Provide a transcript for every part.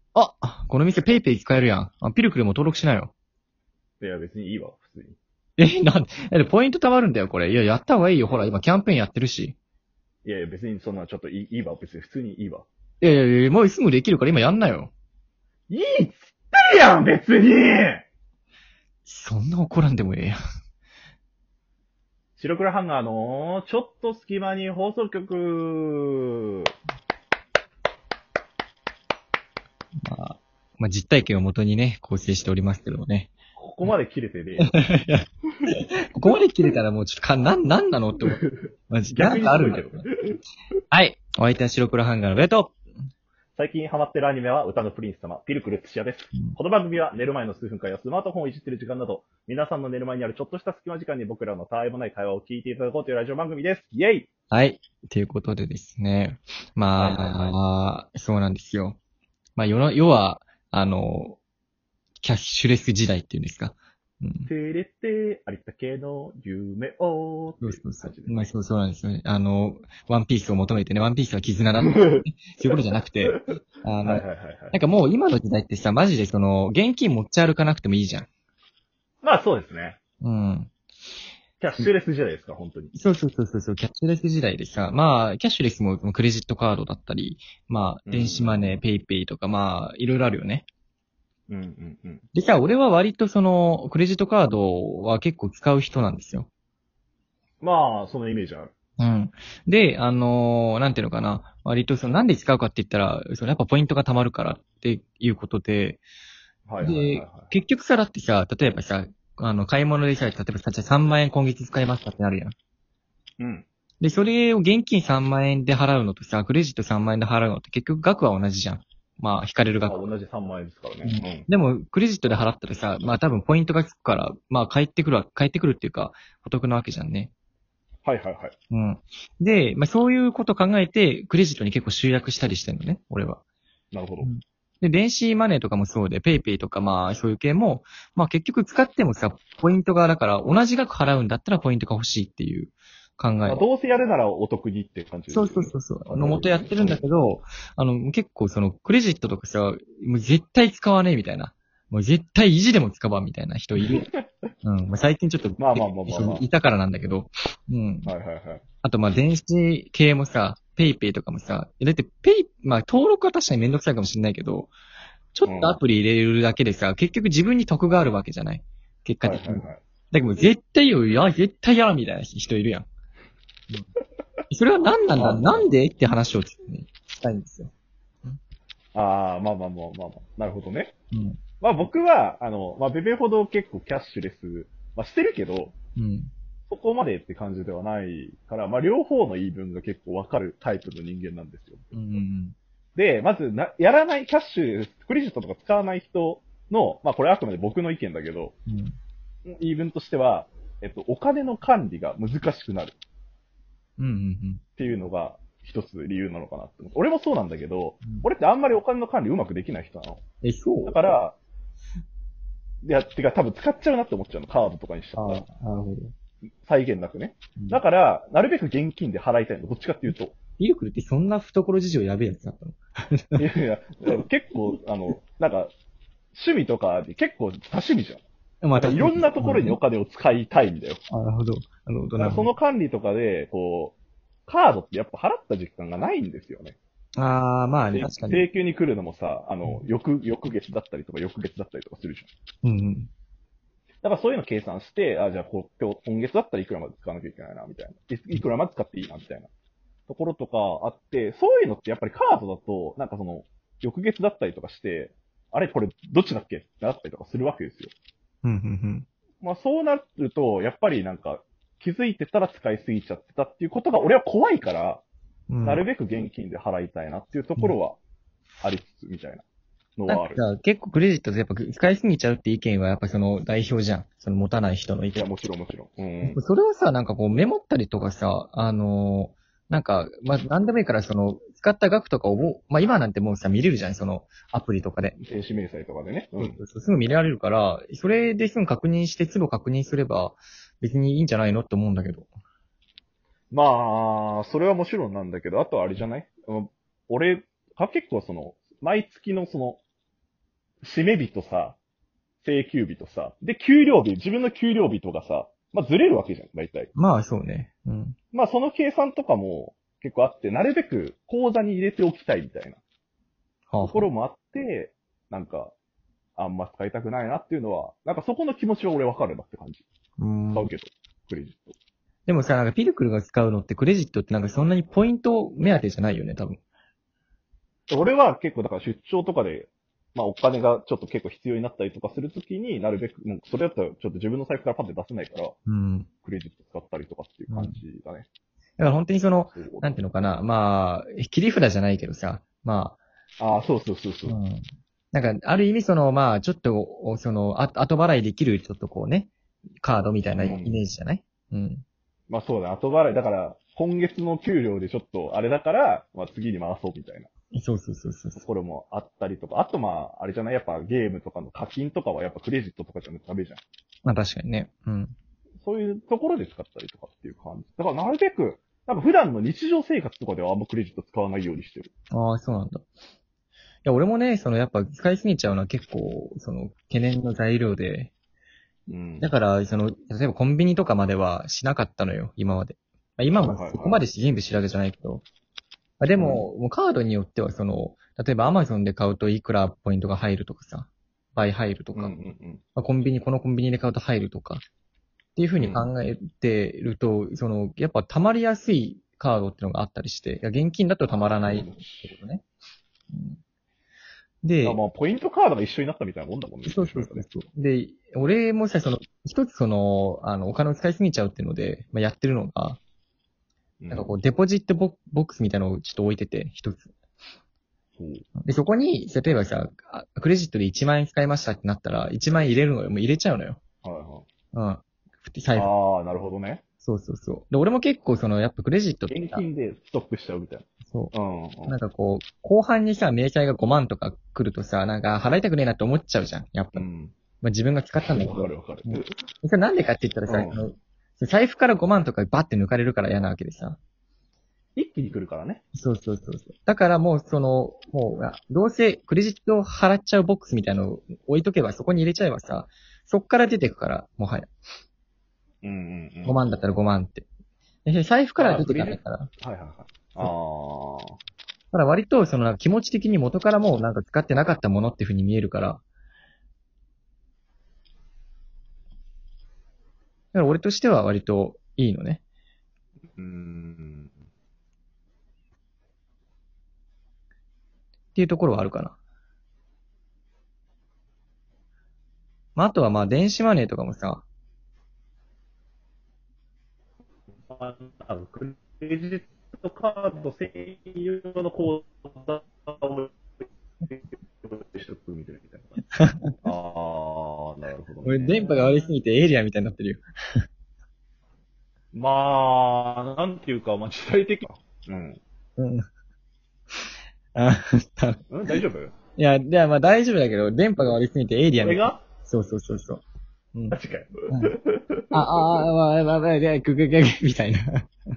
あ、この店ペイペイ使えるやん。ピルクルも登録しなよ。 いや、別にいいわ、普通に。 ポイント貯まるんだよ、これ。いや、やった方がいいよ。ほら、今キャンペーンやってるし。 いやいや、別にそんなちょっといいわ、別に普通にいいわ。 いやいやいや、もうすぐできるから今やんなよ。 いいっつってるやん、別に。 そんな怒らんでもええやん。 白黒ハンガーの、ちょっと隙間に放送局。 実体験をもとにね、構成しておりますけどもね。 ここまで切れてねいやここまで切れたらもうちょっとなんなのって思う。マジ、な逆にんかあるんだよ。はい。お相手は白黒ハンガーのベト。 最近ハマってるアニメは歌のプリンス様、ピルクル土屋です。この番組は寝る前の数分間やスマートフォンをいじってる時間など、皆さんの寝る前にあるちょっとした隙間時間に僕らのたわいもない会話を聞いていただこうというラジオ番組です。イェイ。 はい。ということでですね。そうなんですよ。要は、キャッシュレス時代っていうんですか。うん。 てれってありったけの夢をっていうそうそうそう。 感じですね。 そうなんですよね。ワンピースを求めてね、ワンピースは絆だって、そういうことじゃなくて、 はいはいはいはい。 なんかもう今の時代ってさ、マジで現金持ち歩かなくてもいいじゃん。 まあそうですね。 うん。 キャッシュレス時代ですか、本当に。 そう、キャッシュレス時代でさ、キャッシュレスもクレジットカードだったり、電子マネー、ペイペイとか、いろいろあるよね。 うんうんうん。 でさ、俺は割とクレジットカードは結構使う人なんですよ。 まあ、そのイメージある。 うん。で、なんていうのかな。割となんで使うかって言ったら、やっぱポイントが貯まるからっていうことで、 はいはいはいで、 は結局さ、だってさ、例えばさ、買い物でさ、例えばさ、じゃあ3万円今月使いますかってなるやん。 い。うん。 で、それを現金3万円で払うのとさ、クレジット3万円で払うのって結局額は同じじゃん。引かれるまあ、 額。 同じ3万円ですからうん。 ね。 でも、クレジットで払ったらさ、多分ポイントがつくから、返ってくるっていうか、お得なわけじゃんね。 はいはいはい。 うん。で、そういうこと考えて、クレジットに結構集約したりしてるのね、俺は。 なるほど。 うん。で、電子マネーとかもそうで、ペイペイとかそういう系も、結局使ってもさ、ポイントが、だから同じ額払うんだったらポイントが欲しいっていう考まあ、 え。 どうせやるならお得にって感じですよね。 のもとやってるんだけど、結構クレジットとかさ、もう絶対使わねえみたいな。もう絶対意地でも使わんみたいな人いる。うん。最近ちょっと、 まあまあまあまあまあ。 いたからなんだけど、うん。 はいはいはい。 あと、電子系もさ、ペイペイとかもさ、だって登録は確かにめんどくさいかもしれないけど、ちょっとアうん。 プリ入れるだけでさ、結局自分に得があるわけじゃない結果的に。 はいはいはい。 だけど絶対よ、いや、絶対やらみたいな人いるやん。うん。それは何なんだあなんでって話をしたいんですよ。 あー、まあまあまあまあまあ。なるほどね。 うん。 まあ僕は、ベベほど結構キャッシュレス、してるけど、 うん。 そこまでって感じではないから、両方の言い分が結構わかるタイプの人間なんですよ。 うん。 で、まずやらないキャッシュ、クレジットとか使わない人の、これあくまで僕の意見だけど、 うん。 言い分としては、お金の管理が難しくなるうん。うん。 っていうのが一つ理由なのかなって思う。俺もそうなんだけど、 うん。 俺ってあんまりお金の管理うまくできない人なの。 そうだから、てか多分使っちゃうなって思っちゃうの、カードとかにしちゃったら。 なるほど。 際限なくね。 うん。 だから、なるべく現金で払いたいの。どっちかっていうと。 ミルクルってそんな懐事情やべえやつだったの？ いやいや、結構、趣味とかで結構多趣味じゃん。なんかいろんなところにお金を使いたいんだよ。 なるほど。なるほど、 だからその管理とかで、カードってやっぱ払った実感がないんですよね。 確かに。 請求に来るのもさ、翌月だったりとか翌月だったりとかするじゃん。 うん。 だからそういうの計算して、じゃあ今月だったらいくらまで使わなきゃいけないな、みたいな。いくらまで使っていいな、みたいな。ところとかあって、そういうのってやっぱりカードだと、翌月だったりとかして、あれこれどっちだっけってなったりとかするわけですよ。 うん。うん。 そうなると、やっぱり気づいてたら使いすぎちゃってたっていうことが俺は怖いから、 うん。 なるべく現金で払いたいなっていうところはありつつ、みたいなのなんかはある。 結構クレジットでやっぱ使いすぎちゃうって意見はやっぱその代表じゃん。その持たない人の意見。 いや、もちろんもちろん。うん。 それはさ、メモったりとかさ、なんでもいいから使った額とかを今なんてもうさ、見れるじゃん。アプリとかで。 電子明細とかでね。うん。 すぐ見られるから、それですぐ確認して、都度確認すれば別にいいんじゃないのって思うんだけど。 それはもちろんなんだけど、あとはあれじゃない俺は結構毎月の締め日とさ、請求日とさ、で、給料日、自分の給料日とかさ、まあずれるわけじゃん、大体。 まあ、そうね。うん。 まあその計算とかも結構あって、なるべく口座に入れておきたいみたいなはあ、 とこはあ。 ろもあって、なんか、あんま使いたくないなっていうのは、なんかそこの気持ちは俺わかるなって感じ。 うん。 使うけど、クレジッでもさ、なんかピルクルが使うのってクレジットってなんかそんなにポイント目当てじゃないよね、多分。 ト。俺は結構だから出張とかで、まあお金がちょっと結構必要になったりとかするときになるべく、もうそれだったらちょっと自分の財布からパッて出せないから、 うん。 クレジット使ったりとかっていう感うん。 じだね。 だから本当にその、 そうなんていうのかな、まあ、切り札じゃないけどさ、まああ、そうそうそうそあ、うう。 ん。なんか、ある意味その、まあ、ちょっと、その、後払いできる、ちょっとこうね、カードみたいなイメーうん。 ジじゃない？うん。 まあそうだね。後払い。だから、今月の給料でちょっとあれだから、まあ次に回そうみたいなそうそうそうそうそところもあったりとか。あとまあ、あれじゃないやっぱゲームとかの課金とかはやっぱクレジットとかじゃなくてダメじゃん。 う。まあ確かにね。うん。 そういうところで使ったりとかっていう感じ。だからなるべく、なんか普段の日常生活とかではあんまクレジット使わないようにしてる。 ああ、そうなんだ。いや、俺もね、その、やっぱ使いすぎちゃうのは結構、その、懸念の材料で、 うん。 だから、その、例えばコンビニとかまではしなかったのよ、今まで。まあ今もはいはいはい。 そこまで全部知られじゃないけど。まあでうん。 も、もうカードによっては、その、例えばアマゾンで買うといくらポイントが入るとかさ、倍入るとうんうか、 んまあ、このコンビニで買うと入るとか、っていうふううん。うん。 に考えてると、その、やっぱ溜まりやすいカードっていうのがあったりして、いや、現金だと溜まらないっそうだてことね。うん、 あ、 で、 まあ、ポイントカードが一緒になったみたいなもんだもんね。 そう言ってしまえばね。 そうそうそう。で、俺もさ、その、一つその、お金を使いすぎちゃうっていうので、まあ、やってるのが、 うん。 なんかこう、デポジットボックスみたいなのをちょっと置いてて、一つ。 そう。 で、そこに、例えばさ、クレジットで1万円使いましたってなったら、1万円入れるのよ。もう入れちゃうのよ。 はいはい。 うん。財布。 ああ、なるほどね。 そうそうそう。で、俺も結構その、やっぱクレジットってさ、 現金でストックしちゃうみたいそな。うんうん。 う。なんかこう、後半にさ、明細が5万とか来るとさ、なんか払いたくねえなって思っちゃうじゃん。やっぱり。 うん。 まあ自分が使ったんだけど。 わかるわかる。 うん。それなんでかって言ったらさ、 うん。 その財布から5万とかバッて抜かれるから嫌なわけでさ。 一気に来るからね。 そうそうそうそう。だからもうその、もう、どうせクレジット払っちゃうボックスみたいなのを置いとけば、そこに入れちゃえばさ、そっから出てくから、もはや。 うんうんうん。 5万だったら5万って。で財布からああ、 は出てクレジッかないから。 ト。はいはいはい。 そうああ。 だから割と、そのなんか気持ち的に元からもうなんか使ってなかったものっていう風に見えるから、だから俺としては割といいのね。 うーん。 っていうところはあるかな。まあ、あとはまあ電子マネーとかもさ、 クレジットカード専用の口座をしとくみたいな。ああ、なるほど俺電波が悪すね。 ぎてエイリアンみたいになってるよ。 まあ、なんていうか、まあ、時代的。うん。 うん。あ、 うん、大丈夫いや、ではまあ大丈夫だけど、電波が悪すぎてエイリアンみたいな。 これがそうそうそうそう。うん。 マジかよ。 うん。みたいな。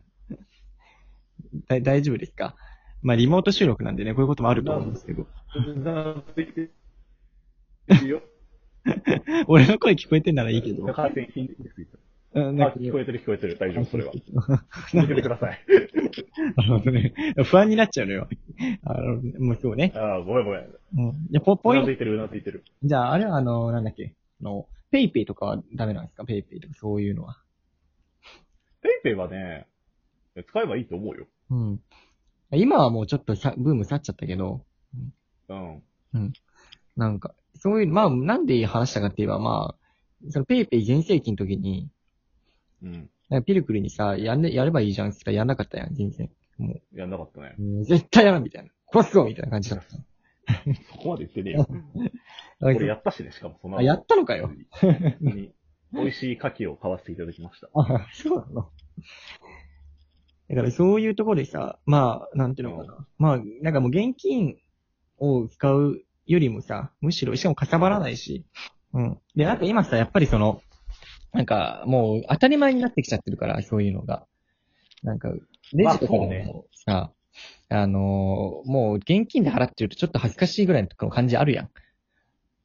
大丈夫ですか？まあリモート収録なんでね、こういうこともあると思うんですけど。 うなずいてるよ。 俺の声聞こえてんならいいけど。 回線頻度です。 うん、 あ、聞こえてる聞こえてる。大丈夫、それは。 な続けてください。 るほどね。不安になっちゃうのよ。もう今日ね。 ああ、ごめんごめん。 うん。じゃ、ポイント、 うなずいてる、うなずいてる。 じゃあ、あれはなんだっけ。ペイペイとかはダメなんですか？ペイペイとかそういうのは。 ペイペイはね、使えばいいと思うよ。 うん。今はもうちょっとブーム去っちゃったけど、 うん。 うん。なんか、そういう、まあ、なんで話したかって言えば、まあ、そのペイペイ全盛期の時に、 うん。 なんかピルクルにさ、やればいいじゃんって言ったらやんなかったやん、全然。もやんなかったね。 う、絶対やらんみたいな。殺すぞみたいな感じだった。 そこまで言ってねえよ。俺やったしね、しかもその後。 あ、やったのかよ。 普通に美味しい牡蠣を買わせていただきました。 あ、そうなの。だからそういうところでさ、まあ、なんていうのかな。まあ、なんかもう現金を使うよりもさ、むしろ、しかもかさばらないし、うん。で、なんか今さ、やっぱりその、なんかもう当たり前になってきちゃってるから、そういうのが。なんか、レジとかでまあそうねもさ、もう現金で払ってるとちょっと恥ずかしいぐらいの感じあるやん。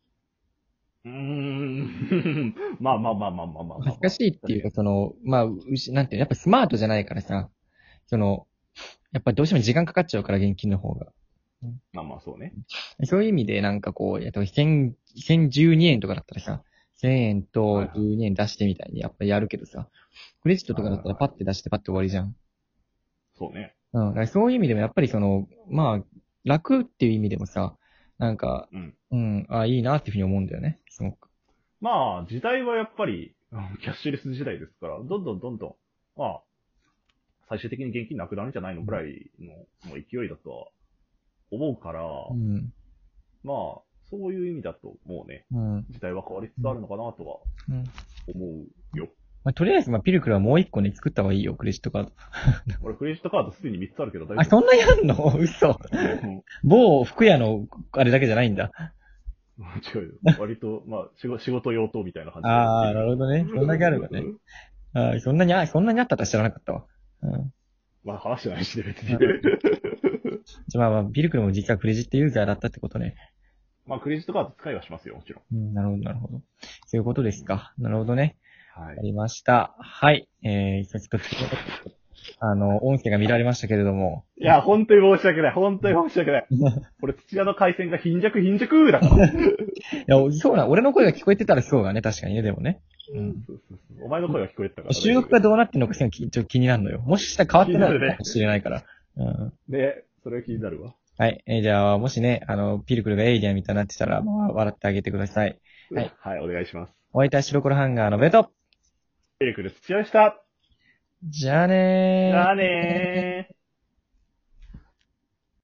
まあまあまあまあまあまあまあ。 恥ずかしいっていうか、まあ、なんていうの、やっぱスマートじゃないからさ、やっぱどうしても時間かかっちゃうから、現金の方が。 まあまあそうね。 そういう意味で、なんかこう、1012円とかだったらさ、1000円とはいはい。 12円出してみたいにやっぱりやるけどさ、クレジットとかだったらパッて出してパッて終わりじゃん。 そうね。 うん。だからそういう意味でもやっぱりまあ、楽っていう意味でもさ、なんか、 うん。 うん、いいなっていうふうに思うんだよね。すごく。 まあ、時代はやっぱり、キャッシュレス時代ですから、どんどんどんどん、まあ、最終的に現金なくなるんじゃないのぐらいのもう勢いだとは思うから、 うん。 まあ、そういう意味だと、もうね、 うん。 時代は変わりつつあるのかなとはうん。 思うよ。 まあ、とりあえず、まあ、ピルクルはもう一個ね、作った方がいいよ、クレジットカード。 俺、クレジットカードすでに3つあるけど大あ、 丈夫？ そんなやんの嘘。 うん某服屋の、あれだけじゃないんだ。 違うよ。割と、まあ、仕事用途みたいな感じで。 ああ、なるほどね。そんだけあるんだね。そんなにあったとは知らなかったわ。うん。 まあ、話してないしね、別に。 まあ、ピルクルも実はクレジットユーザーだったってことね。 まあ、クレジットカード使いはしますよ、もちろん。 うん、なるほど、なるほど。そういうことですか。なるほどね。 はい。 ありました。はい。ちょっと、音声が見られましたけれども。 いや、本当に申し訳ない。本当に申し訳ない。これ、土屋の回線が貧弱だから。 いや、そうな、俺の声が聞こえてたらそうだね、確かにね、でもね。うん。 そうそうそう。お前の声が聞こえてたから。 収録がどうなってんのかちょっと気になるのよ。もしかしたら変わってないかもしれないから。うん。 ね、それは気になるわ。 はい。じゃあ、もしね、ピルクルがエイリアンみたいになってたら、まあ、笑ってあげてください。はい。 はい、お願いします。 お相手は白黒ハンガーのベト。 エイクです。土屋でした。 じゃあねー。 じゃあねー。